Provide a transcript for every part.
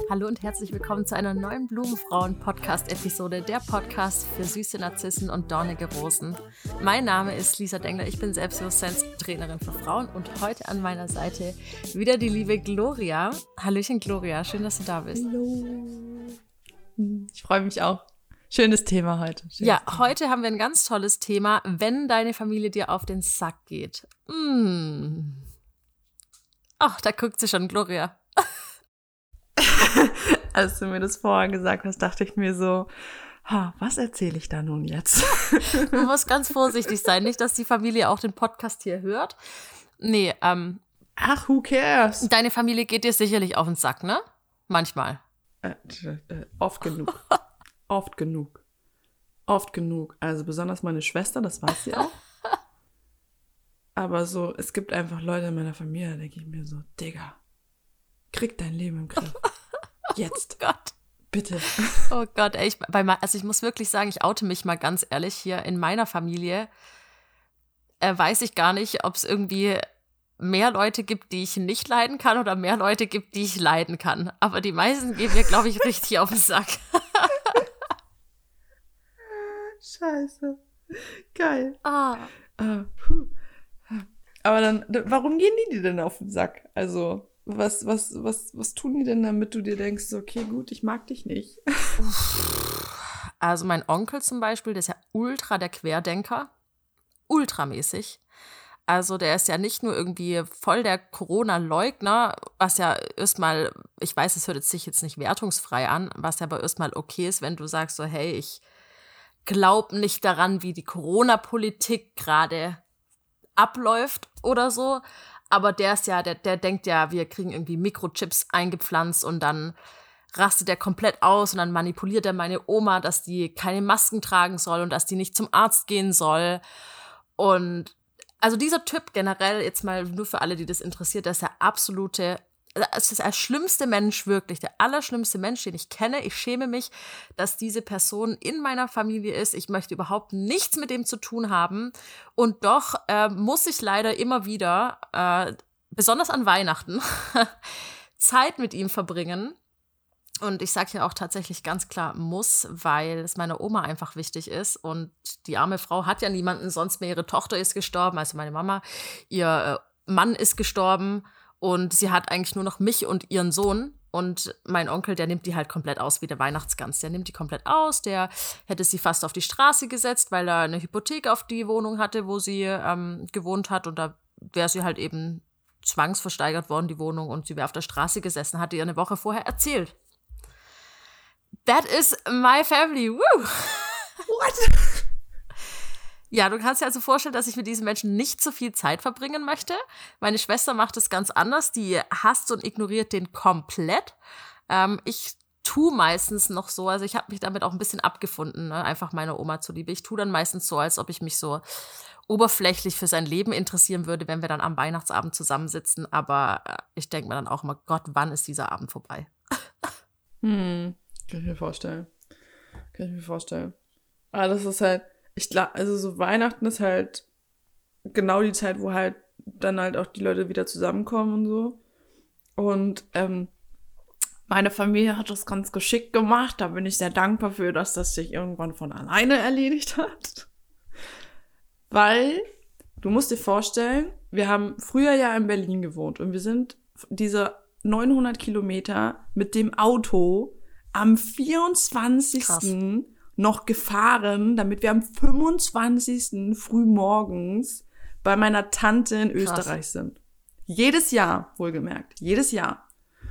Hallo und herzlich willkommen zu einer neuen Blumenfrauen-Podcast-Episode, der Podcast für süße Narzissen und dornige Rosen. Mein Name ist Lisa Dengler, ich bin Selbstbewusstseinstrainerin für Frauen und heute an meiner Seite wieder die liebe Gloria. Hallöchen Gloria, schön, dass du da bist. Hallo. Ich freue mich auch. Schönes Thema heute. Heute haben wir ein ganz tolles Thema, wenn deine Familie dir auf den Sack geht. Ach, da guckt sie schon, Gloria. Als du mir das vorher gesagt hast, dachte ich mir so, was erzähle ich da nun jetzt? Du musst ganz vorsichtig sein, nicht, dass die Familie auch den Podcast hier hört. Nee, who cares? Deine Familie geht dir sicherlich auf den Sack, ne? Manchmal. Oft genug. Oft genug. Oft genug. Also besonders meine Schwester, das weiß sie auch. Aber so, es gibt einfach Leute in meiner Familie, da denke ich mir so, Digga, krieg dein Leben im Griff. Jetzt. Oh Gott. Bitte. Oh Gott, ey, ich muss wirklich sagen, ich oute mich mal ganz ehrlich, hier in meiner Familie weiß ich gar nicht, ob es irgendwie mehr Leute gibt, die ich nicht leiden kann oder mehr Leute gibt, die ich leiden kann. Aber die meisten gehen mir, glaube ich, richtig auf den Sack. Scheiße. Geil. Ah. Aber dann, warum gehen die dir denn auf den Sack? Also, was tun die denn, damit du dir denkst, okay, gut, ich mag dich nicht? Also mein Onkel zum Beispiel, der ist ja ultra der Querdenker. Ultramäßig. Also der ist ja nicht nur irgendwie voll der Corona-Leugner, was ja erstmal, ich weiß, es hört sich jetzt nicht wertungsfrei an, was ja aber erstmal okay ist, wenn du sagst so, hey, ich glaube nicht daran, wie die Corona-Politik gerade abläuft oder so. Aber der ist ja, der denkt ja, wir kriegen irgendwie Mikrochips eingepflanzt und dann rastet der komplett aus und dann manipuliert er meine Oma, dass die keine Masken tragen soll und dass die nicht zum Arzt gehen soll. Und also dieser Typ generell, jetzt mal nur für alle, die das interessiert, das ist der absolute, es ist der schlimmste Mensch wirklich, der allerschlimmste Mensch, den ich kenne. Ich schäme mich, dass diese Person in meiner Familie ist. Ich möchte überhaupt nichts mit dem zu tun haben. Und doch muss ich leider immer wieder, besonders an Weihnachten, Zeit mit ihm verbringen. Und ich sage ja auch tatsächlich ganz klar muss, weil es meiner Oma einfach wichtig ist. Und die arme Frau hat ja niemanden sonst mehr. Ihre Tochter ist gestorben, also meine Mama. Ihr Mann ist gestorben. Und sie hat eigentlich nur noch mich und ihren Sohn. Und mein Onkel, der nimmt die halt komplett aus wie der Weihnachtsgans. Der nimmt die komplett aus. Der hätte sie fast auf die Straße gesetzt, weil er eine Hypothek auf die Wohnung hatte, wo sie gewohnt hat. Und da wäre sie halt eben zwangsversteigert worden, die Wohnung. Und sie wäre auf der Straße gesessen, hatte ihr eine Woche vorher erzählt. That is my family. Woo! What? Ja, du kannst dir also vorstellen, dass ich mit diesen Menschen nicht so viel Zeit verbringen möchte. Meine Schwester macht es ganz anders. Die hasst und ignoriert den komplett. Ich tue meistens noch so, also ich habe mich damit auch ein bisschen abgefunden, ne? Einfach meiner Oma zuliebe. Ich tue dann meistens so, als ob ich mich so oberflächlich für sein Leben interessieren würde, wenn wir dann am Weihnachtsabend zusammensitzen. Aber ich denke mir dann auch immer, Gott, wann ist dieser Abend vorbei? Kann ich mir vorstellen. Aber das ist halt, ich glaube, also so Weihnachten ist halt genau die Zeit, wo halt dann halt auch die Leute wieder zusammenkommen und so. Und meine Familie hat das ganz geschickt gemacht. Da bin ich sehr dankbar für, dass das sich irgendwann von alleine erledigt hat. Weil, du musst dir vorstellen, wir haben früher ja in Berlin gewohnt und wir sind diese 900 Kilometer mit dem Auto am 24. Krass. noch gefahren, damit wir am 25. früh morgens bei meiner Tante in Österreich sind. Jedes Jahr, wohlgemerkt. Jedes Jahr.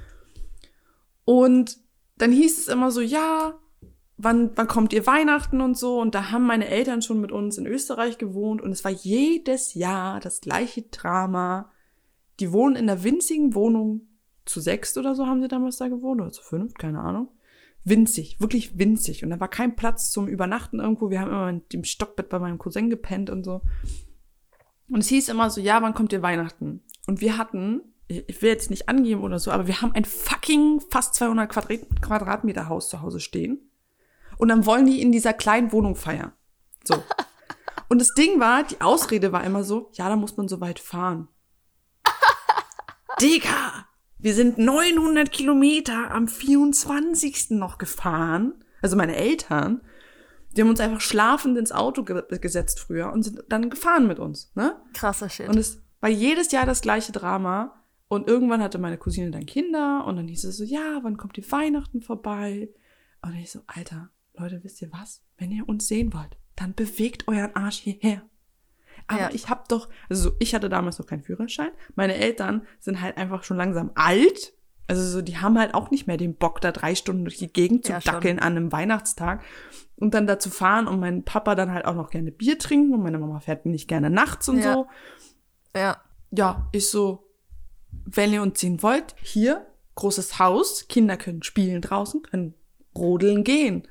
Und dann hieß es immer so, ja, wann kommt ihr Weihnachten und so? Und da haben meine Eltern schon mit uns in Österreich gewohnt und es war jedes Jahr das gleiche Drama. Die wohnen in einer winzigen Wohnung, zu 6 oder so haben sie damals da gewohnt, oder zu 5, keine Ahnung. Winzig, wirklich winzig. Und da war kein Platz zum Übernachten irgendwo. Wir haben immer in dem Stockbett bei meinem Cousin gepennt und so. Und es hieß immer so, ja, wann kommt ihr Weihnachten? Und wir hatten, ich will jetzt nicht angeben oder so, aber wir haben ein fucking fast 200 Quadratmeter Haus zu Hause stehen. Und dann wollen die in dieser kleinen Wohnung feiern. So. Und das Ding war, die Ausrede war immer so, ja, da muss man so weit fahren. Digga! Wir sind 900 Kilometer am 24. noch gefahren. Also meine Eltern, die haben uns einfach schlafend ins Auto gesetzt früher und sind dann gefahren mit uns. Ne? Krasser Shit. Und es war jedes Jahr das gleiche Drama. Und irgendwann hatte meine Cousine dann Kinder und dann hieß es so, ja, wann kommt die Weihnachten vorbei? Und ich so, Alter, Leute, wisst ihr was? Wenn ihr uns sehen wollt, dann bewegt euren Arsch hierher. Aber ich ich hatte damals noch keinen Führerschein. Meine Eltern sind halt einfach schon langsam alt. Also so, die haben halt auch nicht mehr den Bock, da 3 Stunden durch die Gegend zu dackeln an einem Weihnachtstag und dann da zu fahren und mein Papa dann halt auch noch gerne Bier trinken und meine Mama fährt nicht gerne nachts und so. Ja. Ja, ich so, wenn ihr uns sehen wollt, hier, großes Haus, Kinder können spielen draußen, können rodeln gehen.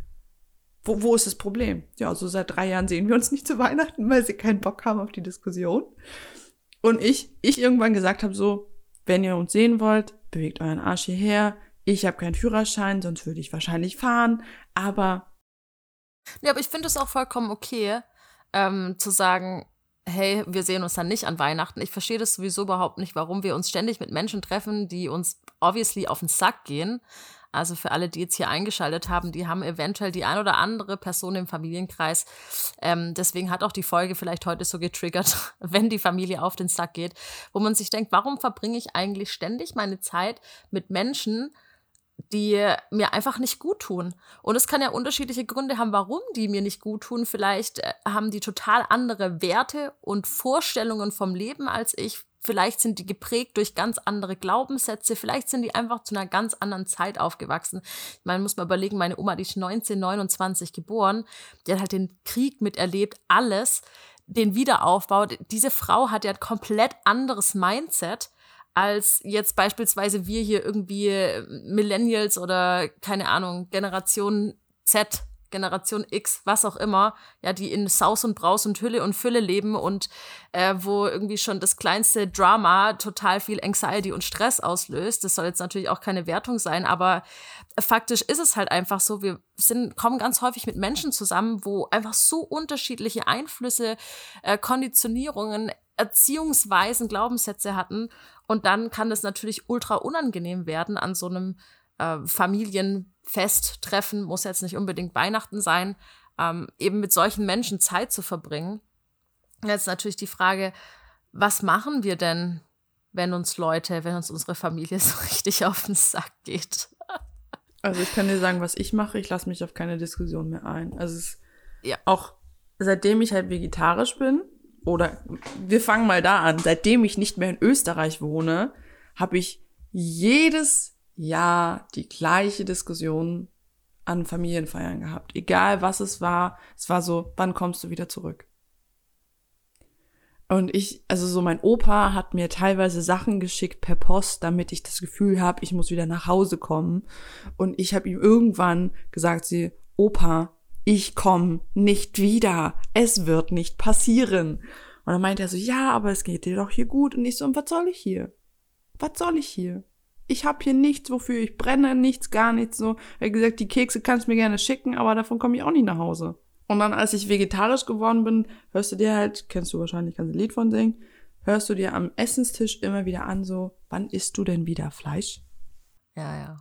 Wo ist das Problem? Ja, so seit 3 Jahren sehen wir uns nicht zu Weihnachten, weil sie keinen Bock haben auf die Diskussion. Und ich irgendwann gesagt habe so, wenn ihr uns sehen wollt, bewegt euren Arsch hierher. Ich habe keinen Führerschein, sonst würde ich wahrscheinlich fahren. Aber ich finde es auch vollkommen okay, zu sagen, hey, wir sehen uns dann nicht an Weihnachten. Ich verstehe das sowieso überhaupt nicht, warum wir uns ständig mit Menschen treffen, die uns obviously auf den Sack gehen. Also für alle, die jetzt hier eingeschaltet haben, die haben eventuell die ein oder andere Person im Familienkreis. Deswegen hat auch die Folge vielleicht heute so getriggert, wenn die Familie auf den Sack geht, wo man sich denkt, warum verbringe ich eigentlich ständig meine Zeit mit Menschen, die mir einfach nicht gut tun. Und es kann ja unterschiedliche Gründe haben, warum die mir nicht gut tun. Vielleicht haben die total andere Werte und Vorstellungen vom Leben als ich. Vielleicht sind die geprägt durch ganz andere Glaubenssätze. Vielleicht sind die einfach zu einer ganz anderen Zeit aufgewachsen. Ich meine, muss man überlegen, meine Oma, die ist 1929 geboren. Die hat halt den Krieg miterlebt, alles, den Wiederaufbau. Diese Frau hat ja ein komplett anderes Mindset als jetzt beispielsweise wir hier irgendwie Millennials oder, keine Ahnung, Generation Z, Generation X, was auch immer, ja, die in Saus und Braus und Hülle und Fülle leben und wo irgendwie schon das kleinste Drama total viel Anxiety und Stress auslöst. Das soll jetzt natürlich auch keine Wertung sein, aber faktisch ist es halt einfach so, wir kommen ganz häufig mit Menschen zusammen, wo einfach so unterschiedliche Einflüsse, Konditionierungen, Erziehungsweisen, Glaubenssätze hatten. Und dann kann das natürlich ultra unangenehm werden an so einem Familienfesttreffen, muss jetzt nicht unbedingt Weihnachten sein, eben mit solchen Menschen Zeit zu verbringen. Jetzt natürlich die Frage, was machen wir denn, wenn uns unsere Familie so richtig auf den Sack geht? Also ich kann dir sagen, was ich mache, ich lasse mich auf keine Diskussion mehr ein. Also es ist auch seitdem ich halt vegetarisch bin, oder wir fangen mal da an, seitdem ich nicht mehr in Österreich wohne, habe ich jedes Jahr die gleiche Diskussion an Familienfeiern gehabt. Egal was es war so, wann kommst du wieder zurück? Und mein Opa hat mir teilweise Sachen geschickt per Post, damit ich das Gefühl habe, ich muss wieder nach Hause kommen. Und ich habe ihm irgendwann gesagt, Opa, ich komme nicht wieder. Es wird nicht passieren. Und dann meinte er so, ja, aber es geht dir doch hier gut. Und ich so, und was soll ich hier? Was soll ich hier? Ich habe hier nichts, wofür ich brenne, nichts, gar nichts. So, er hat gesagt, die Kekse kannst du mir gerne schicken, aber davon komme ich auch nicht nach Hause. Und dann, als ich vegetarisch geworden bin, hörst du dir halt, kennst du wahrscheinlich, kannst ein Lied von singen, hörst du dir am Essenstisch immer wieder an, so, wann isst du denn wieder Fleisch? Ja.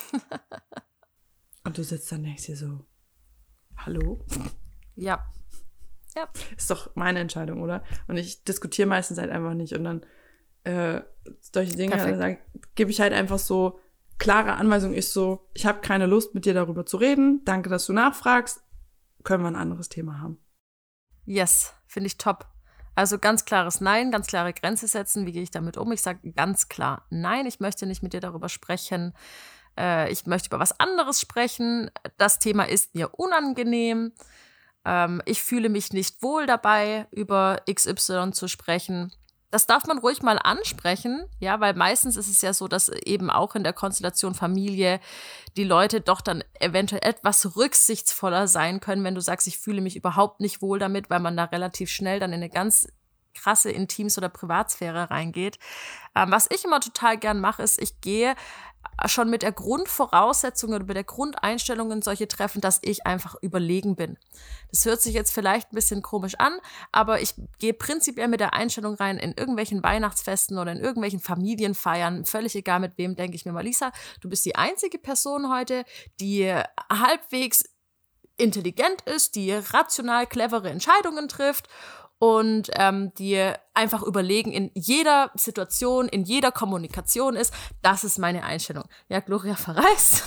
Und du sitzt dann und denkst dir so, hallo? Ja. Ist doch meine Entscheidung, oder? Und ich diskutiere meistens halt einfach nicht. Und dann solche Dinge dann gebe ich halt einfach so, klare Anweisung ist so, ich habe keine Lust, mit dir darüber zu reden. Danke, dass du nachfragst. Können wir ein anderes Thema haben. Yes, finde ich top. Also ganz klares Nein, ganz klare Grenze setzen. Wie gehe ich damit um? Ich sage ganz klar, nein, ich möchte nicht mit dir darüber sprechen. Ich möchte über was anderes sprechen. Das Thema ist mir unangenehm. Ich fühle mich nicht wohl dabei, über XY zu sprechen. Das darf man ruhig mal ansprechen, ja, weil meistens ist es ja so, dass eben auch in der Konstellation Familie die Leute doch dann eventuell etwas rücksichtsvoller sein können, wenn du sagst, ich fühle mich überhaupt nicht wohl damit, weil man da relativ schnell dann in eine ganz krasse Intims- oder Privatsphäre reingeht. Was ich immer total gern mache, ist, ich gehe schon mit der Grundvoraussetzung oder mit der Grundeinstellung in solche Treffen, dass ich einfach überlegen bin. Das hört sich jetzt vielleicht ein bisschen komisch an, aber ich gehe prinzipiell mit der Einstellung rein in irgendwelchen Weihnachtsfesten oder in irgendwelchen Familienfeiern, völlig egal mit wem, denke ich mir mal, Lisa, du bist die einzige Person heute, die halbwegs intelligent ist, die rational clevere Entscheidungen trifft und die einfach überlegen in jeder Situation, in jeder Kommunikation ist. Das ist meine Einstellung. Ja, Gloria verreist.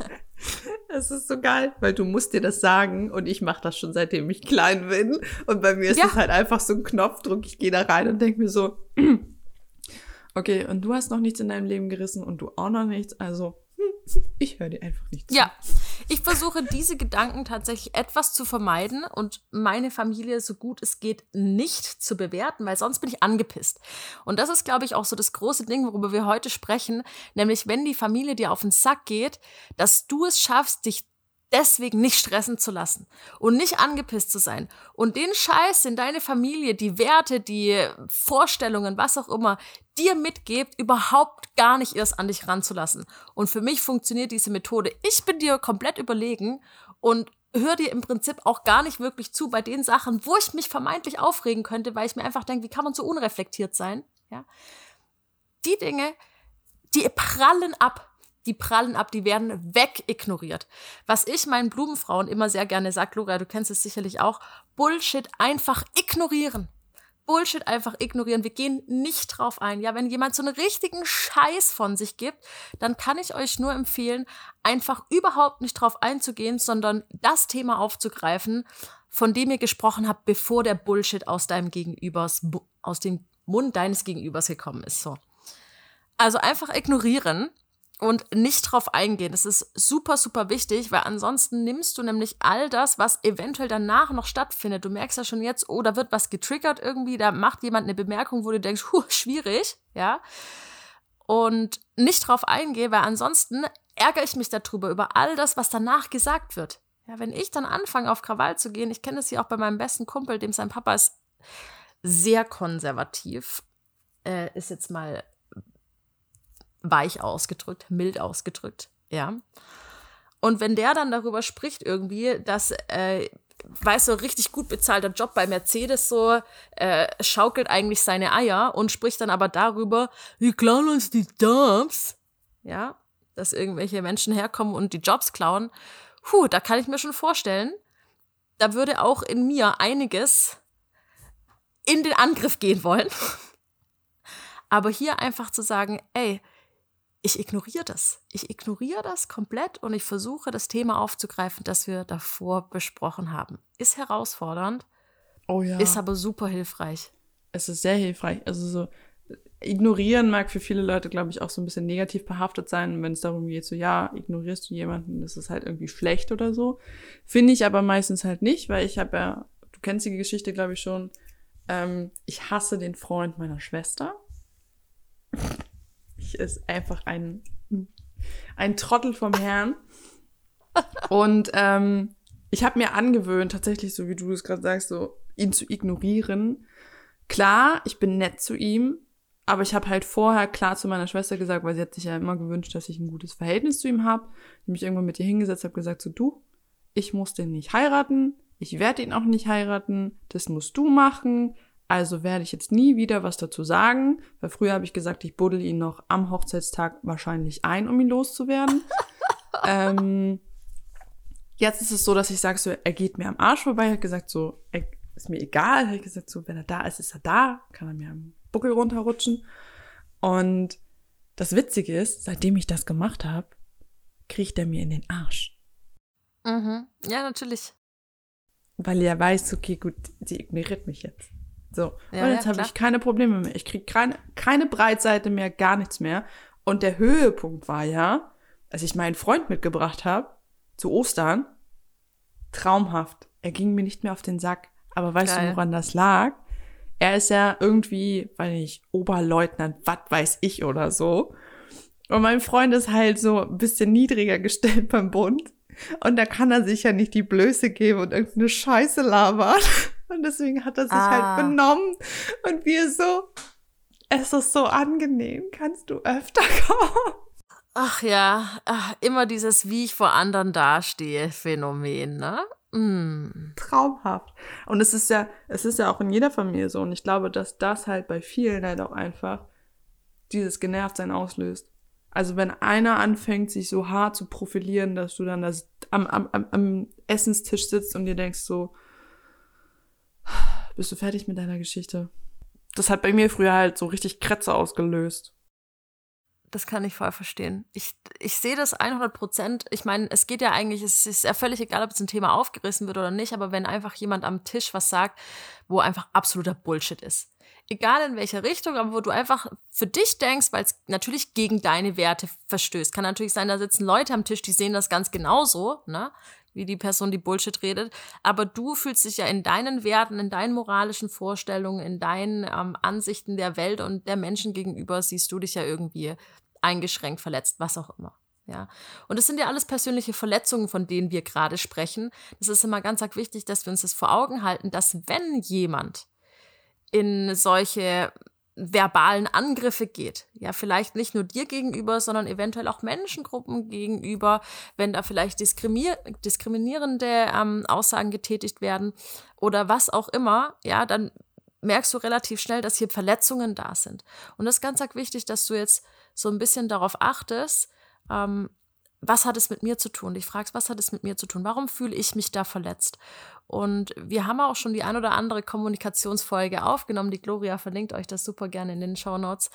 Das ist so geil, weil du musst dir das sagen und ich mache das schon seitdem ich klein bin und bei mir ist es halt einfach so ein Knopfdruck, ich gehe da rein und denke mir so, okay, und du hast noch nichts in deinem Leben gerissen und du auch noch nichts, also ich höre dir einfach nicht zu. Ja, ich versuche diese Gedanken tatsächlich etwas zu vermeiden und meine Familie so gut es geht nicht zu bewerten, weil sonst bin ich angepisst. Und das ist, glaube ich, auch so das große Ding, worüber wir heute sprechen, nämlich wenn die Familie dir auf den Sack geht, dass du es schaffst, dich deswegen nicht stressen zu lassen und nicht angepisst zu sein und den Scheiß, den deine Familie, die Werte, die Vorstellungen, was auch immer, dir mitgibt, überhaupt gar nicht erst an dich ranzulassen. Und für mich funktioniert diese Methode. Ich bin dir komplett überlegen und höre dir im Prinzip auch gar nicht wirklich zu bei den Sachen, wo ich mich vermeintlich aufregen könnte, weil ich mir einfach denke, wie kann man so unreflektiert sein? Ja? Die Dinge, die prallen ab. Die werden wegignoriert. Was ich meinen Blumenfrauen immer sehr gerne sage, Gloria, du kennst es sicherlich auch, Bullshit einfach ignorieren. Bullshit einfach ignorieren. Wir gehen nicht drauf ein. Ja, wenn jemand so einen richtigen Scheiß von sich gibt, dann kann ich euch nur empfehlen, einfach überhaupt nicht drauf einzugehen, sondern das Thema aufzugreifen, von dem ihr gesprochen habt, bevor der Bullshit aus dem Mund deines Gegenübers gekommen ist. So. Also einfach ignorieren. Und nicht drauf eingehen. Das ist super, super wichtig, weil ansonsten nimmst du nämlich all das, was eventuell danach noch stattfindet. Du merkst ja schon jetzt, oh, da wird was getriggert irgendwie, da macht jemand eine Bemerkung, wo du denkst, schwierig, ja. Und nicht drauf eingehen, weil ansonsten ärgere ich mich darüber, über all das, was danach gesagt wird. Ja, wenn ich dann anfange, auf Krawall zu gehen, ich kenne das hier auch bei meinem besten Kumpel, dem sein Papa ist sehr konservativ, ist jetzt mal weich ausgedrückt, mild ausgedrückt, ja. Und wenn der dann darüber spricht irgendwie, dass, weißt du, richtig gut bezahlter Job bei Mercedes so, schaukelt eigentlich seine Eier und spricht dann aber darüber, wie klauen uns die Jobs, ja, dass irgendwelche Menschen herkommen und die Jobs klauen, da kann ich mir schon vorstellen, da würde auch in mir einiges in den Angriff gehen wollen. Aber hier einfach zu sagen, ey, ich ignoriere das. Ich ignoriere das komplett und ich versuche, das Thema aufzugreifen, das wir davor besprochen haben. Ist herausfordernd, ist aber super hilfreich. Es ist sehr hilfreich. Also so ignorieren mag für viele Leute, glaube ich, auch so ein bisschen negativ behaftet sein. Wenn es darum geht, so ignorierst du jemanden, das ist halt irgendwie schlecht oder so. Finde ich aber meistens halt nicht, weil ich habe ja, du kennst die Geschichte, glaube ich, schon, ich hasse den Freund meiner Schwester. Ich ist einfach ein Trottel vom Herrn. Und ich habe mir angewöhnt, tatsächlich, so wie du es gerade sagst, so ihn zu ignorieren. Klar, ich bin nett zu ihm, aber ich habe halt vorher klar zu meiner Schwester gesagt, weil sie hat sich ja immer gewünscht, dass ich ein gutes Verhältnis zu ihm habe. Ich habe mich irgendwann mit ihr hingesetzt, habe gesagt, so du, ich muss den nicht heiraten, ich werde ihn auch nicht heiraten, das musst du machen. Also werde ich jetzt nie wieder was dazu sagen, weil früher habe ich gesagt, ich buddel ihn noch am Hochzeitstag wahrscheinlich ein, um ihn loszuwerden. Jetzt ist es so, dass ich sage so, er geht mir am Arsch vorbei. Ich habe gesagt so, ist mir egal. Ich habe gesagt so, wenn er da ist, ist er da. Kann er mir am Buckel runterrutschen. Und das Witzige ist, seitdem ich das gemacht habe, kriecht er mir in den Arsch. Mhm. Ja, natürlich. Weil er weiß, okay, gut, sie ignoriert mich jetzt. So, ja, und jetzt habe ich keine Probleme mehr. Ich kriege keine Breitseite mehr, gar nichts mehr. Und der Höhepunkt war ja, als ich meinen Freund mitgebracht habe, zu Ostern, traumhaft. Er ging mir nicht mehr auf den Sack. Aber weißt du, woran das lag? Er ist ja irgendwie, weiß nicht, Oberleutnant, was weiß ich oder so. Und mein Freund ist halt so ein bisschen niedriger gestellt beim Bund. Und da kann er sich ja nicht die Blöße geben und irgendeine Scheiße labern. Und deswegen hat er sich halt benommen. Und wir so, es ist so angenehm, kannst du öfter kommen? Ach ja, immer dieses wie ich vor anderen dastehe Phänomen, ne? Traumhaft. Und es ist ja auch in jeder Familie so. Und ich glaube, dass das halt bei vielen halt auch einfach dieses Genervtsein auslöst. Also wenn einer anfängt, sich so hart zu profilieren, dass du dann am Essenstisch sitzt und dir denkst so, bist du fertig mit deiner Geschichte? Das hat bei mir früher halt so richtig Krätze ausgelöst. Das kann ich voll verstehen. Ich sehe das 100%. Ich meine, es geht ja eigentlich, es ist ja völlig egal, ob es ein Thema aufgerissen wird oder nicht, aber wenn einfach jemand am Tisch was sagt, wo einfach absoluter Bullshit ist. Egal in welcher Richtung, aber wo du einfach für dich denkst, weil es natürlich gegen deine Werte verstößt. Kann natürlich sein, da sitzen Leute am Tisch, die sehen das ganz genauso, ne? Wie die Person, die Bullshit redet. Aber du fühlst dich ja in deinen Werten, in deinen moralischen Vorstellungen, in deinen Ansichten der Welt und der Menschen gegenüber, siehst du dich ja irgendwie eingeschränkt, verletzt, was auch immer. Ja. Und das sind ja alles persönliche Verletzungen, von denen wir gerade sprechen. Das ist immer ganz arg wichtig, dass wir uns das vor Augen halten, dass wenn jemand in solche verbalen Angriffe geht, ja, vielleicht nicht nur dir gegenüber, sondern eventuell auch Menschengruppen gegenüber, wenn da vielleicht diskriminierende Aussagen getätigt werden oder was auch immer, ja, dann merkst du relativ schnell, dass hier Verletzungen da sind. Und das ist ganz arg wichtig, dass du jetzt so ein bisschen darauf achtest, was hat es mit mir zu tun? Dich fragst, was hat es mit mir zu tun? Warum fühle ich mich da verletzt? Und wir haben auch schon die ein oder andere Kommunikationsfolge aufgenommen. Die Gloria verlinkt euch das super gerne in den Shownotes.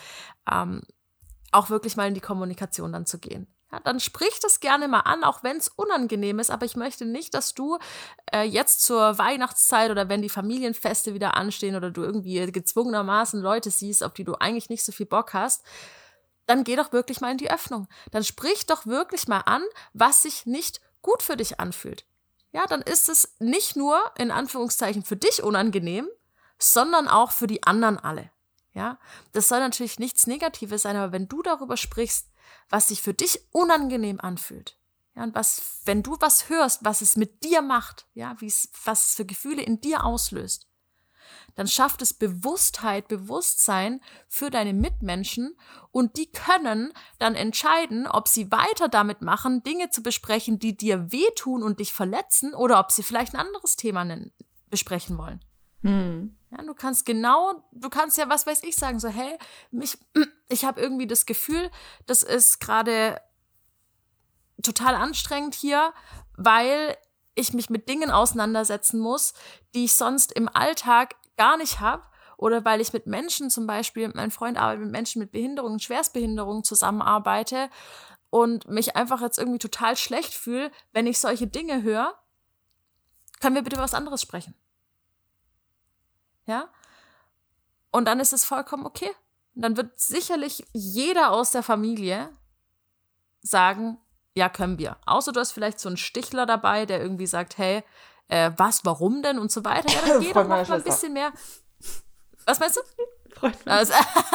Auch wirklich mal in die Kommunikation dann zu gehen. Ja, dann sprich das gerne mal an, auch wenn es unangenehm ist. Aber ich möchte nicht, dass du jetzt zur Weihnachtszeit oder wenn die Familienfeste wieder anstehen oder du irgendwie gezwungenermaßen Leute siehst, auf die du eigentlich nicht so viel Bock hast, dann geh doch wirklich mal in die Öffnung. Dann sprich doch wirklich mal an, was sich nicht gut für dich anfühlt. Ja, dann ist es nicht nur, in Anführungszeichen, für dich unangenehm, sondern auch für die anderen alle. Ja, das soll natürlich nichts Negatives sein, aber wenn du darüber sprichst, was sich für dich unangenehm anfühlt, ja, und wenn du was hörst, was es mit dir macht, ja, was es für Gefühle in dir auslöst, dann schafft es Bewusstsein für deine Mitmenschen und die können dann entscheiden, ob sie weiter damit machen, Dinge zu besprechen, die dir wehtun und dich verletzen oder ob sie vielleicht ein anderes Thema besprechen wollen. Ja, du kannst ja, was weiß ich, sagen, so, hey, ich habe irgendwie das Gefühl, das ist gerade total anstrengend hier, weil ich mich mit Dingen auseinandersetzen muss, die ich sonst im Alltag gar nicht habe oder weil ich mit Menschen zum Beispiel, mein Freund arbeitet mit Menschen mit Behinderungen, Schwerstbehinderungen zusammenarbeite und mich einfach jetzt irgendwie total schlecht fühle, wenn ich solche Dinge höre, können wir bitte was anderes sprechen? Ja? Und dann ist es vollkommen okay. Und dann wird sicherlich jeder aus der Familie sagen, ja, können wir. Außer du hast vielleicht so einen Stichler dabei, der irgendwie sagt, hey, warum denn und so weiter. Ja, dann geh doch noch mal ein bisschen mehr. Was meinst du? Also,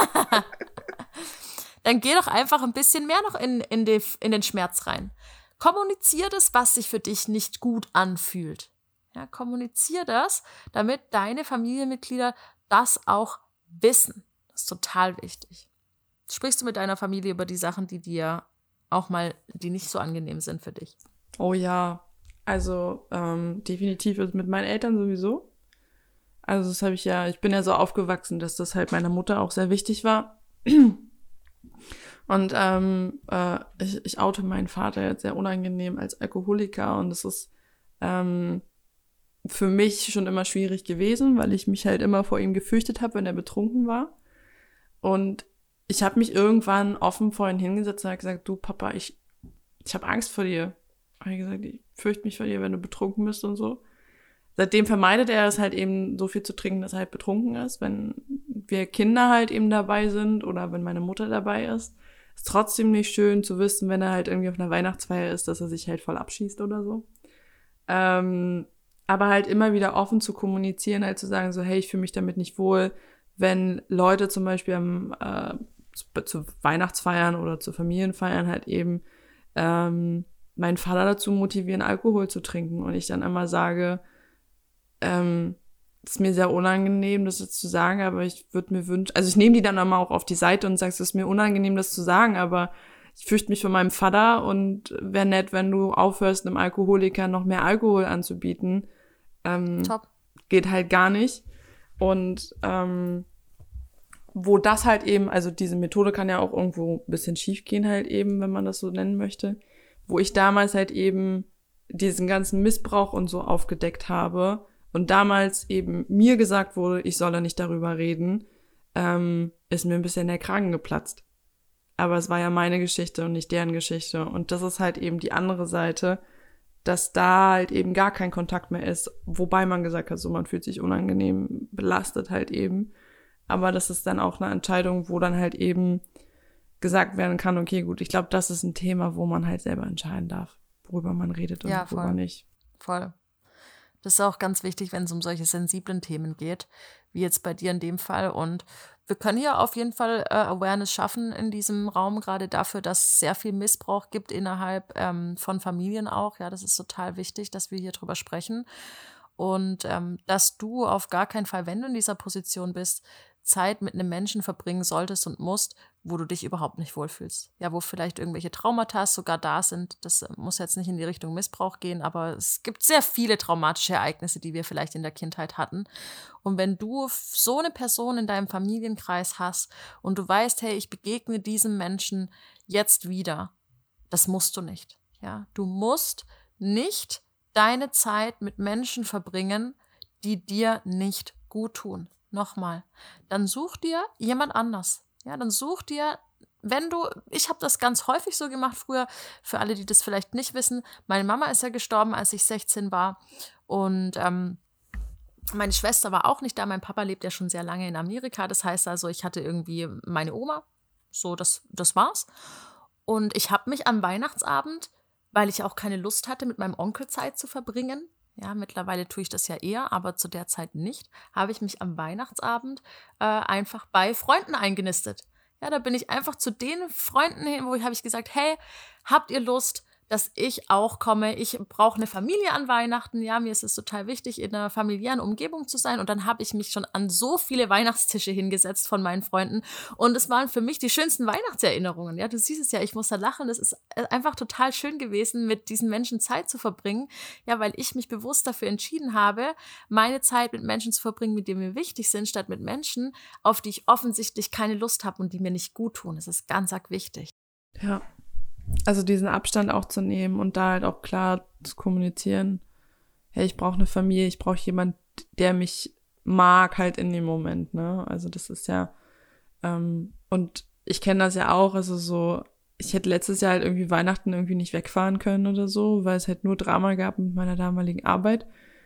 dann geh doch einfach ein bisschen mehr noch in den Schmerz rein. Kommunizier das, was sich für dich nicht gut anfühlt. Ja, kommunizier das, damit deine Familienmitglieder das auch wissen. Das ist total wichtig. Sprichst du mit deiner Familie über die Sachen, die dir auch mal, die nicht so angenehm sind für dich? Oh ja, also definitiv mit meinen Eltern sowieso. Also ich bin ja so aufgewachsen, dass das halt meiner Mutter auch sehr wichtig war. Und ich oute meinen Vater jetzt sehr unangenehm als Alkoholiker und das ist für mich schon immer schwierig gewesen, weil ich mich halt immer vor ihm gefürchtet habe, wenn er betrunken war. Und ich habe mich irgendwann offen vor ihn hingesetzt und habe gesagt, du Papa, ich habe Angst vor dir. Habe ich gesagt, ich fürchte mich vor dir, wenn du betrunken bist und so. Seitdem vermeidet er es halt eben, so viel zu trinken, dass er halt betrunken ist. Wenn wir Kinder halt eben dabei sind oder wenn meine Mutter dabei ist, ist trotzdem nicht schön zu wissen, wenn er halt irgendwie auf einer Weihnachtsfeier ist, dass er sich halt voll abschießt oder so. Aber halt immer wieder offen zu kommunizieren, halt zu sagen so, hey, ich fühle mich damit nicht wohl, wenn Leute zum Beispiel zu Weihnachtsfeiern oder zu Familienfeiern halt eben meinen Vater dazu motivieren, Alkohol zu trinken und ich dann immer sage, ist mir sehr unangenehm, das jetzt zu sagen, aber ich würde mir wünschen, also ich nehme die dann immer auch auf die Seite und sage, es ist mir unangenehm, das zu sagen, aber ich fürchte mich vor meinem Vater und wäre nett, wenn du aufhörst, einem Alkoholiker noch mehr Alkohol anzubieten. Top. Geht halt gar nicht. Und wo das halt eben, also diese Methode kann ja auch irgendwo ein bisschen schief gehen halt eben, wenn man das so nennen möchte, wo ich damals halt eben diesen ganzen Missbrauch und so aufgedeckt habe und damals eben mir gesagt wurde, ich solle nicht darüber reden, ist mir ein bisschen der Kragen geplatzt. Aber es war ja meine Geschichte und nicht deren Geschichte. Und das ist halt eben die andere Seite, dass da halt eben gar kein Kontakt mehr ist. Wobei man gesagt hat, so man fühlt sich unangenehm belastet halt eben. Aber das ist dann auch eine Entscheidung, wo dann halt eben gesagt werden kann, okay, gut, ich glaube, das ist ein Thema, wo man halt selber entscheiden darf, worüber man redet und Ja, worüber voll. nicht. Voll. Das ist auch ganz wichtig, wenn es um solche sensiblen Themen geht, wie jetzt bei dir in dem Fall. Und wir können hier auf jeden Fall Awareness schaffen in diesem Raum, gerade dafür, dass es sehr viel Missbrauch gibt innerhalb von Familien auch. Ja, das ist total wichtig, dass wir hier drüber sprechen. Und dass du auf gar keinen Fall, wenn du in dieser Position bist, Zeit mit einem Menschen verbringen solltest und musst, wo du dich überhaupt nicht wohlfühlst. Ja, wo vielleicht irgendwelche Traumata sogar da sind. Das muss jetzt nicht in die Richtung Missbrauch gehen, aber es gibt sehr viele traumatische Ereignisse, die wir vielleicht in der Kindheit hatten. Und wenn du so eine Person in deinem Familienkreis hast und du weißt, hey, ich begegne diesem Menschen jetzt wieder, das musst du nicht. Ja, du musst nicht deine Zeit mit Menschen verbringen, die dir nicht gut tun. Nochmal, dann such dir jemand anders. Ja, dann such dir, ich habe das ganz häufig so gemacht früher, für alle, die das vielleicht nicht wissen, meine Mama ist ja gestorben, als ich 16 war und meine Schwester war auch nicht da, mein Papa lebt ja schon sehr lange in Amerika, das heißt also, ich hatte irgendwie meine Oma, so, das war's. Und ich habe mich am Weihnachtsabend, weil ich auch keine Lust hatte, mit meinem Onkel Zeit zu verbringen, ja, mittlerweile tue ich das ja eher, aber zu der Zeit nicht, habe ich mich am Weihnachtsabend einfach bei Freunden eingenistet. Ja, da bin ich einfach zu den Freunden hin, habe ich gesagt, hey, habt ihr Lust, dass ich auch komme? Ich brauche eine Familie an Weihnachten. Ja, mir ist es total wichtig, in einer familiären Umgebung zu sein. Und dann habe ich mich schon an so viele Weihnachtstische hingesetzt von meinen Freunden. Und es waren für mich die schönsten Weihnachtserinnerungen. Ja, du siehst es ja, ich muss da lachen. Das ist einfach total schön gewesen, mit diesen Menschen Zeit zu verbringen. Ja, weil ich mich bewusst dafür entschieden habe, meine Zeit mit Menschen zu verbringen, mit denen mir wichtig sind, statt mit Menschen, auf die ich offensichtlich keine Lust habe und die mir nicht gut tun. Das ist ganz arg wichtig. Ja. Also diesen Abstand auch zu nehmen und da halt auch klar zu kommunizieren, hey, ich brauche eine Familie, ich brauche jemand, der mich mag halt in dem Moment, ne? Also das ist ja, und ich kenne das ja auch, also so, ich hätte letztes Jahr halt irgendwie Weihnachten irgendwie nicht wegfahren können oder so, weil es halt nur Drama gab mit meiner damaligen Arbeit.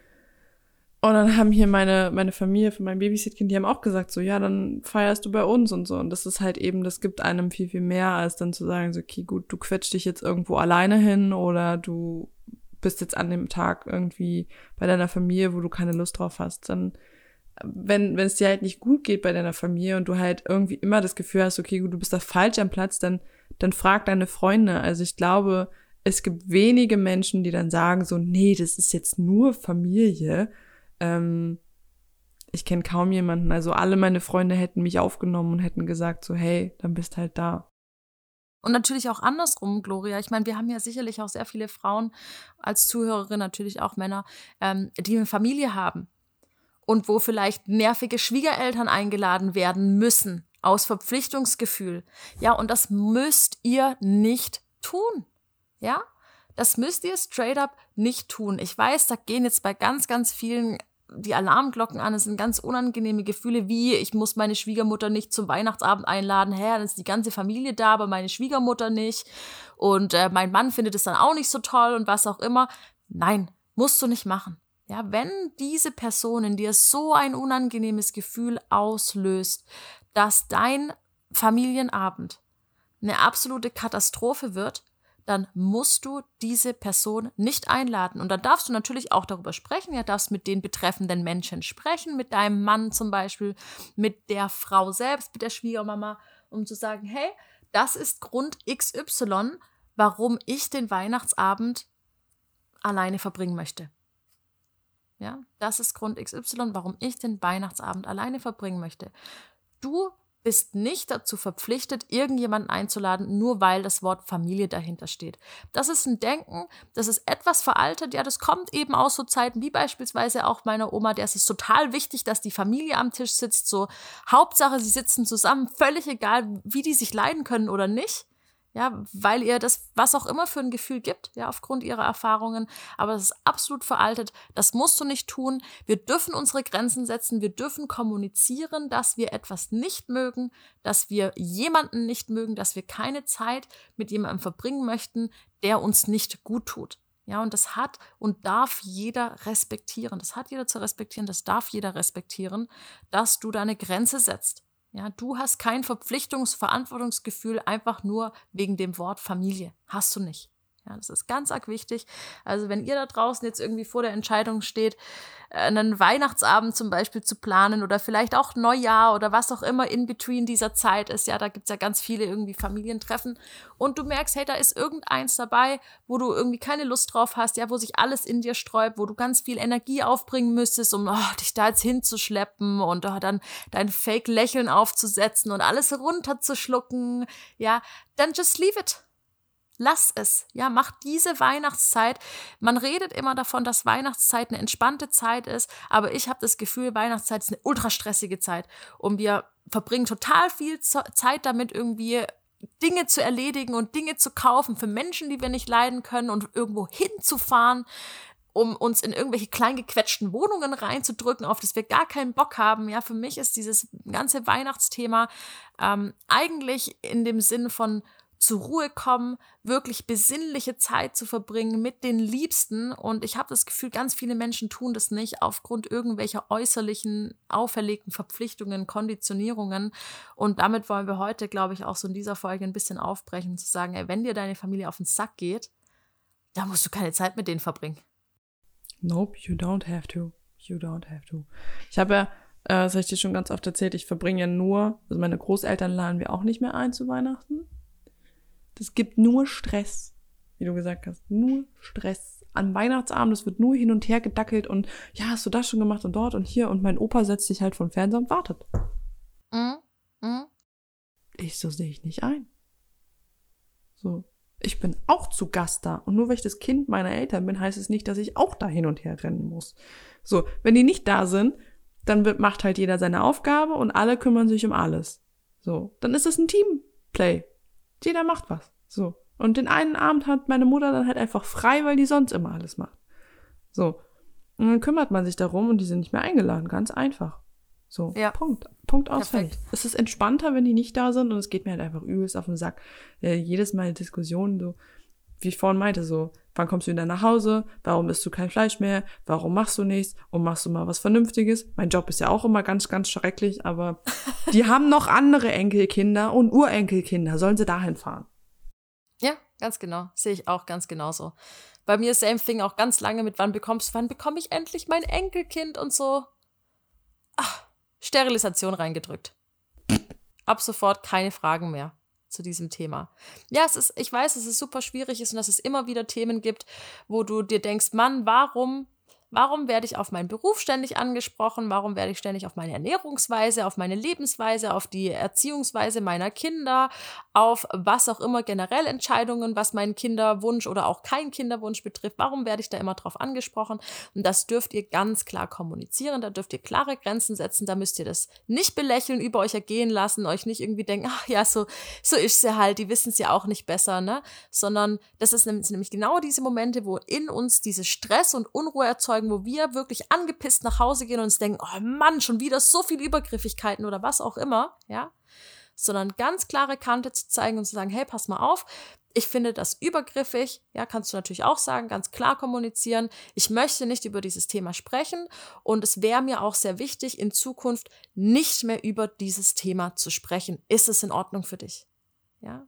Und dann haben hier meine Familie von meinem Babysit-Kind, die haben auch gesagt so, ja, dann feierst du bei uns und so. Und das ist halt eben, das gibt einem viel, viel mehr, als dann zu sagen so, okay, gut, du quetschst dich jetzt irgendwo alleine hin oder du bist jetzt an dem Tag irgendwie bei deiner Familie, wo du keine Lust drauf hast. Dann, wenn es dir halt nicht gut geht bei deiner Familie und du halt irgendwie immer das Gefühl hast, okay, gut, du bist da falsch am Platz, dann frag deine Freunde. Also ich glaube, es gibt wenige Menschen, die dann sagen so, nee, das ist jetzt nur Familie. Ich kenne kaum jemanden, also alle meine Freunde hätten mich aufgenommen und hätten gesagt so, hey, dann bist halt da. Und natürlich auch andersrum, Gloria. Ich meine, wir haben ja sicherlich auch sehr viele Frauen als Zuhörerin, natürlich auch Männer, die eine Familie haben und wo vielleicht nervige Schwiegereltern eingeladen werden müssen aus Verpflichtungsgefühl. Ja, und das müsst ihr nicht tun. Ja, das müsst ihr straight up nicht tun. Ich weiß, da gehen jetzt bei ganz, ganz vielen die Alarmglocken an. Es sind ganz unangenehme Gefühle wie, ich muss meine Schwiegermutter nicht zum Weihnachtsabend einladen. Hä, dann ist die ganze Familie da, aber meine Schwiegermutter nicht. Und mein Mann findet es dann auch nicht so toll und was auch immer. Nein, musst du nicht machen. Ja, wenn diese Person in dir so ein unangenehmes Gefühl auslöst, dass dein Familienabend eine absolute Katastrophe wird, dann musst du diese Person nicht einladen. Und dann darfst du natürlich auch darüber sprechen, ja, darfst mit den betreffenden Menschen sprechen, mit deinem Mann zum Beispiel, mit der Frau selbst, mit der Schwiegermama, um zu sagen, hey, das ist Grund XY, warum ich den Weihnachtsabend alleine verbringen möchte. Ja, das ist Grund XY, warum ich den Weihnachtsabend alleine verbringen möchte. Du bist nicht dazu verpflichtet, irgendjemanden einzuladen, nur weil das Wort Familie dahinter steht. Das ist ein Denken, das ist etwas veraltet, ja, das kommt eben aus so Zeiten wie beispielsweise auch meiner Oma, der ist es total wichtig, dass die Familie am Tisch sitzt, so Hauptsache, sie sitzen zusammen, völlig egal, wie die sich leiden können oder nicht. Ja, weil ihr das, was auch immer für ein Gefühl gibt, ja, aufgrund ihrer Erfahrungen. Aber das ist absolut veraltet. Das musst du nicht tun. Wir dürfen unsere Grenzen setzen. Wir dürfen kommunizieren, dass wir etwas nicht mögen, dass wir jemanden nicht mögen, dass wir keine Zeit mit jemandem verbringen möchten, der uns nicht gut tut. Ja, und das hat und darf jeder respektieren. Das hat jeder zu respektieren. Das darf jeder respektieren, dass du deine Grenze setzt. Ja, du hast kein Verantwortungsgefühl einfach nur wegen dem Wort Familie. Hast du nicht. Ja, das ist ganz arg wichtig. Also wenn ihr da draußen jetzt irgendwie vor der Entscheidung steht, einen Weihnachtsabend zum Beispiel zu planen oder vielleicht auch Neujahr oder was auch immer in between dieser Zeit ist, ja, da gibt's ja ganz viele irgendwie Familientreffen und du merkst, hey, da ist irgendeins dabei, wo du irgendwie keine Lust drauf hast, ja, wo sich alles in dir sträubt, wo du ganz viel Energie aufbringen müsstest, um dich da jetzt hinzuschleppen und dann dein Fake-Lächeln aufzusetzen und alles runterzuschlucken, ja, dann just leave it. Lass es, ja, mach diese Weihnachtszeit. Man redet immer davon, dass Weihnachtszeit eine entspannte Zeit ist, aber ich habe das Gefühl, Weihnachtszeit ist eine ultra stressige Zeit und wir verbringen total viel Zeit damit, irgendwie Dinge zu erledigen und Dinge zu kaufen für Menschen, die wir nicht leiden können und irgendwo hinzufahren, um uns in irgendwelche kleingequetschten Wohnungen reinzudrücken, auf das wir gar keinen Bock haben. Ja, für mich ist dieses ganze Weihnachtsthema eigentlich in dem Sinn von zur Ruhe kommen, wirklich besinnliche Zeit zu verbringen mit den Liebsten. Und ich habe das Gefühl, ganz viele Menschen tun das nicht aufgrund irgendwelcher äußerlichen, auferlegten Verpflichtungen, Konditionierungen. Und damit wollen wir heute, glaube ich, auch so in dieser Folge ein bisschen aufbrechen, zu sagen, ey, wenn dir deine Familie auf den Sack geht, dann musst du keine Zeit mit denen verbringen. Nope, you don't have to. You don't have to. Ich habe ja, das habe ich dir schon ganz oft erzählt, ich verbringe ja nur, also meine Großeltern laden wir auch nicht mehr ein zu Weihnachten. Das gibt nur Stress, wie du gesagt hast, nur Stress. An Weihnachtsabend, es wird nur hin und her gedackelt und ja, hast du das schon gemacht und dort und hier und mein Opa setzt sich halt vor den Fernseher und wartet. So sehe ich nicht ein. So, ich bin auch zu Gast da und nur weil ich das Kind meiner Eltern bin, heißt es nicht, dass ich auch da hin und her rennen muss. So, wenn die nicht da sind, dann macht halt jeder seine Aufgabe und alle kümmern sich um alles. So, dann ist es ein Teamplay. Jeder macht was. So. Und den einen Abend hat meine Mutter dann halt einfach frei, weil die sonst immer alles macht. So. Und dann kümmert man sich darum und die sind nicht mehr eingeladen. Ganz einfach. So. Ja. Punkt aus. Fertig. Es ist entspannter, wenn die nicht da sind und es geht mir halt einfach übelst auf den Sack. Jedes Mal Diskussionen, so, wie ich vorhin meinte, so, wann kommst du wieder nach Hause? Warum isst du kein Fleisch mehr? Warum machst du nichts? Und machst du mal was Vernünftiges? Mein Job ist ja auch immer ganz, ganz schrecklich, aber die haben noch andere Enkelkinder und Urenkelkinder. Sollen sie dahin fahren? Ja, ganz genau. Sehe ich auch ganz genauso. Bei mir same thing auch ganz lange mit wann bekomme ich endlich mein Enkelkind und so. Sterilisation reingedrückt. Ab sofort keine Fragen mehr zu diesem Thema. Ja, ich weiß, dass es super schwierig ist und dass es immer wieder Themen gibt, wo du dir denkst, Mann, warum werde ich auf meinen Beruf ständig angesprochen? Warum werde ich ständig auf meine Ernährungsweise, auf meine Lebensweise, auf die Erziehungsweise meiner Kinder, auf was auch immer generell Entscheidungen, was meinen Kinderwunsch oder auch keinen Kinderwunsch betrifft? Warum werde ich da immer drauf angesprochen? Und das dürft ihr ganz klar kommunizieren, da dürft ihr klare Grenzen setzen, da müsst ihr das nicht belächeln, über euch ergehen lassen, euch nicht irgendwie denken, ach ja, so ist sie halt, die wissen es ja auch nicht besser, ne? Sondern das sind nämlich genau diese Momente, wo in uns diese Stress und Unruhe erzeugen, wo wir wirklich angepisst nach Hause gehen und uns denken, oh Mann, schon wieder so viele Übergriffigkeiten oder was auch immer, ja, sondern ganz klare Kante zu zeigen und zu sagen, hey, pass mal auf, ich finde das übergriffig, ja, kannst du natürlich auch sagen, ganz klar kommunizieren, ich möchte nicht über dieses Thema sprechen und es wäre mir auch sehr wichtig, in Zukunft nicht mehr über dieses Thema zu sprechen. Ist es in Ordnung für dich? Ja.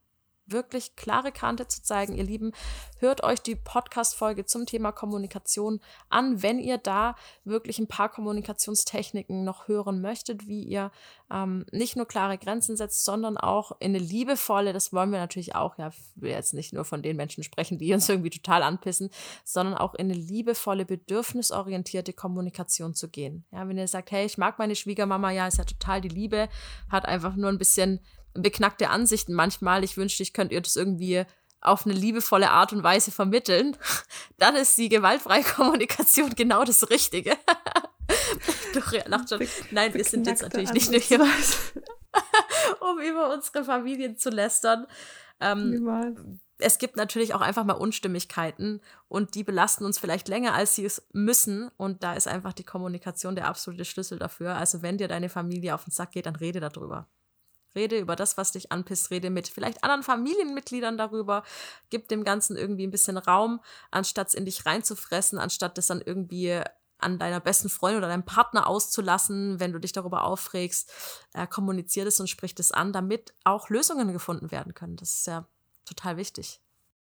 wirklich klare Kante zu zeigen. Ihr Lieben, hört euch die Podcast-Folge zum Thema Kommunikation an, wenn ihr da wirklich ein paar Kommunikationstechniken noch hören möchtet, wie ihr nicht nur klare Grenzen setzt, sondern auch in eine liebevolle, das wollen wir natürlich auch, ja, ich will jetzt nicht nur von den Menschen sprechen, die uns irgendwie total anpissen, sondern auch in eine liebevolle, bedürfnisorientierte Kommunikation zu gehen. Ja, wenn ihr sagt, hey, ich mag meine Schwiegermama, ja, ist ja total die Liebe, hat einfach nur ein bisschen beknackte Ansichten manchmal. Ich wünschte, ich könnte ihr das irgendwie auf eine liebevolle Art und Weise vermitteln. Dann ist die gewaltfreie Kommunikation genau das Richtige. Gloria lacht schon. Nein, wir sind jetzt natürlich nicht nur hier, um über unsere Familien zu lästern. Es gibt natürlich auch einfach mal Unstimmigkeiten und die belasten uns vielleicht länger, als sie es müssen. Und da ist einfach die Kommunikation der absolute Schlüssel dafür. Also wenn dir deine Familie auf den Sack geht, dann rede darüber. Rede über das, was dich anpisst, rede mit vielleicht anderen Familienmitgliedern darüber, gib dem Ganzen irgendwie ein bisschen Raum, anstatt es in dich reinzufressen, anstatt das dann irgendwie an deiner besten Freundin oder deinem Partner auszulassen, wenn du dich darüber aufregst, kommunizier das und sprich das an, damit auch Lösungen gefunden werden können. Das ist ja total wichtig.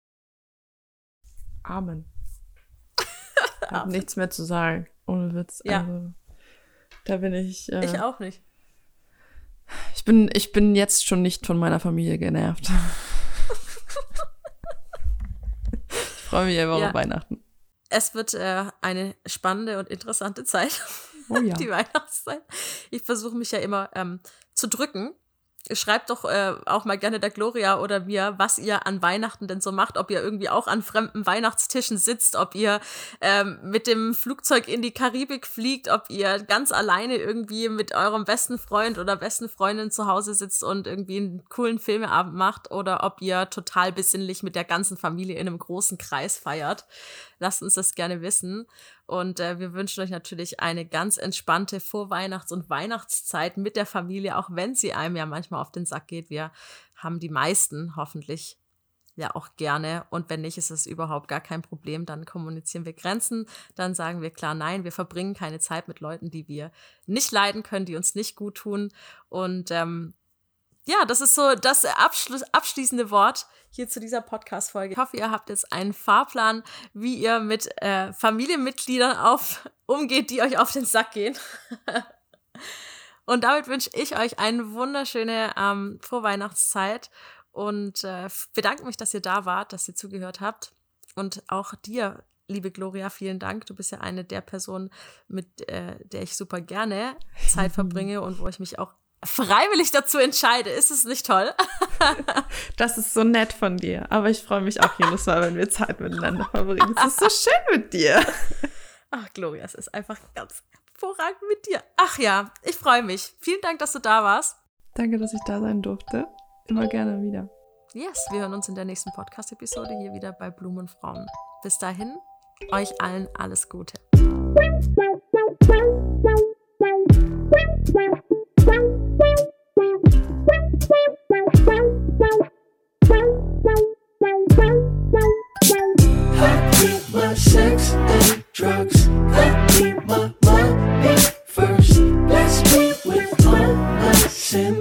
Amen. Ich habe nichts mehr zu sagen, ohne Witz. Ja. Also, da bin ich... ich auch nicht. Ich bin jetzt schon nicht von meiner Familie genervt. Ich freue mich einfach auf Weihnachten. Es wird eine spannende und interessante Zeit. Oh ja. Die Weihnachtszeit. Ich versuche mich ja immer zu drücken. Schreibt doch auch mal gerne der Gloria oder mir, was ihr an Weihnachten denn so macht, ob ihr irgendwie auch an fremden Weihnachtstischen sitzt, ob ihr mit dem Flugzeug in die Karibik fliegt, ob ihr ganz alleine irgendwie mit eurem besten Freund oder besten Freundin zu Hause sitzt und irgendwie einen coolen Filmeabend macht oder ob ihr total besinnlich mit der ganzen Familie in einem großen Kreis feiert. Lasst uns das gerne wissen. Und wir wünschen euch natürlich eine ganz entspannte Vorweihnachts- und Weihnachtszeit mit der Familie, auch wenn sie einem ja manchmal auf den Sack geht. Wir haben die meisten hoffentlich ja auch gerne. Und wenn nicht, ist es überhaupt gar kein Problem. Dann kommunizieren wir Grenzen. Dann sagen wir klar, nein, wir verbringen keine Zeit mit Leuten, die wir nicht leiden können, die uns nicht gut tun. Und ja, das ist so das abschließende Wort hier zu dieser Podcast-Folge. Ich hoffe, ihr habt jetzt einen Fahrplan, wie ihr mit Familienmitgliedern umgeht, die euch auf den Sack gehen. Und damit wünsche ich euch eine wunderschöne Vorweihnachtszeit und bedanke mich, dass ihr da wart, dass ihr zugehört habt. Und auch dir, liebe Gloria, vielen Dank. Du bist ja eine der Personen, mit der ich super gerne Zeit verbringe und wo ich mich auch freiwillig dazu entscheide. Ist es nicht toll? Das ist so nett von dir. Aber ich freue mich auch jedes Mal, wenn wir Zeit miteinander verbringen. Es ist so schön mit dir. Ach, Gloria, es ist einfach ganz hervorragend mit dir. Ach ja, ich freue mich. Vielen Dank, dass du da warst. Danke, dass ich da sein durfte. Immer gerne wieder. Yes, wir hören uns in der nächsten Podcast-Episode hier wieder bei Blumenfrauen. Bis dahin, euch allen alles Gute. I keep my sex and drugs. I keep my money first. Bless me with all my sin.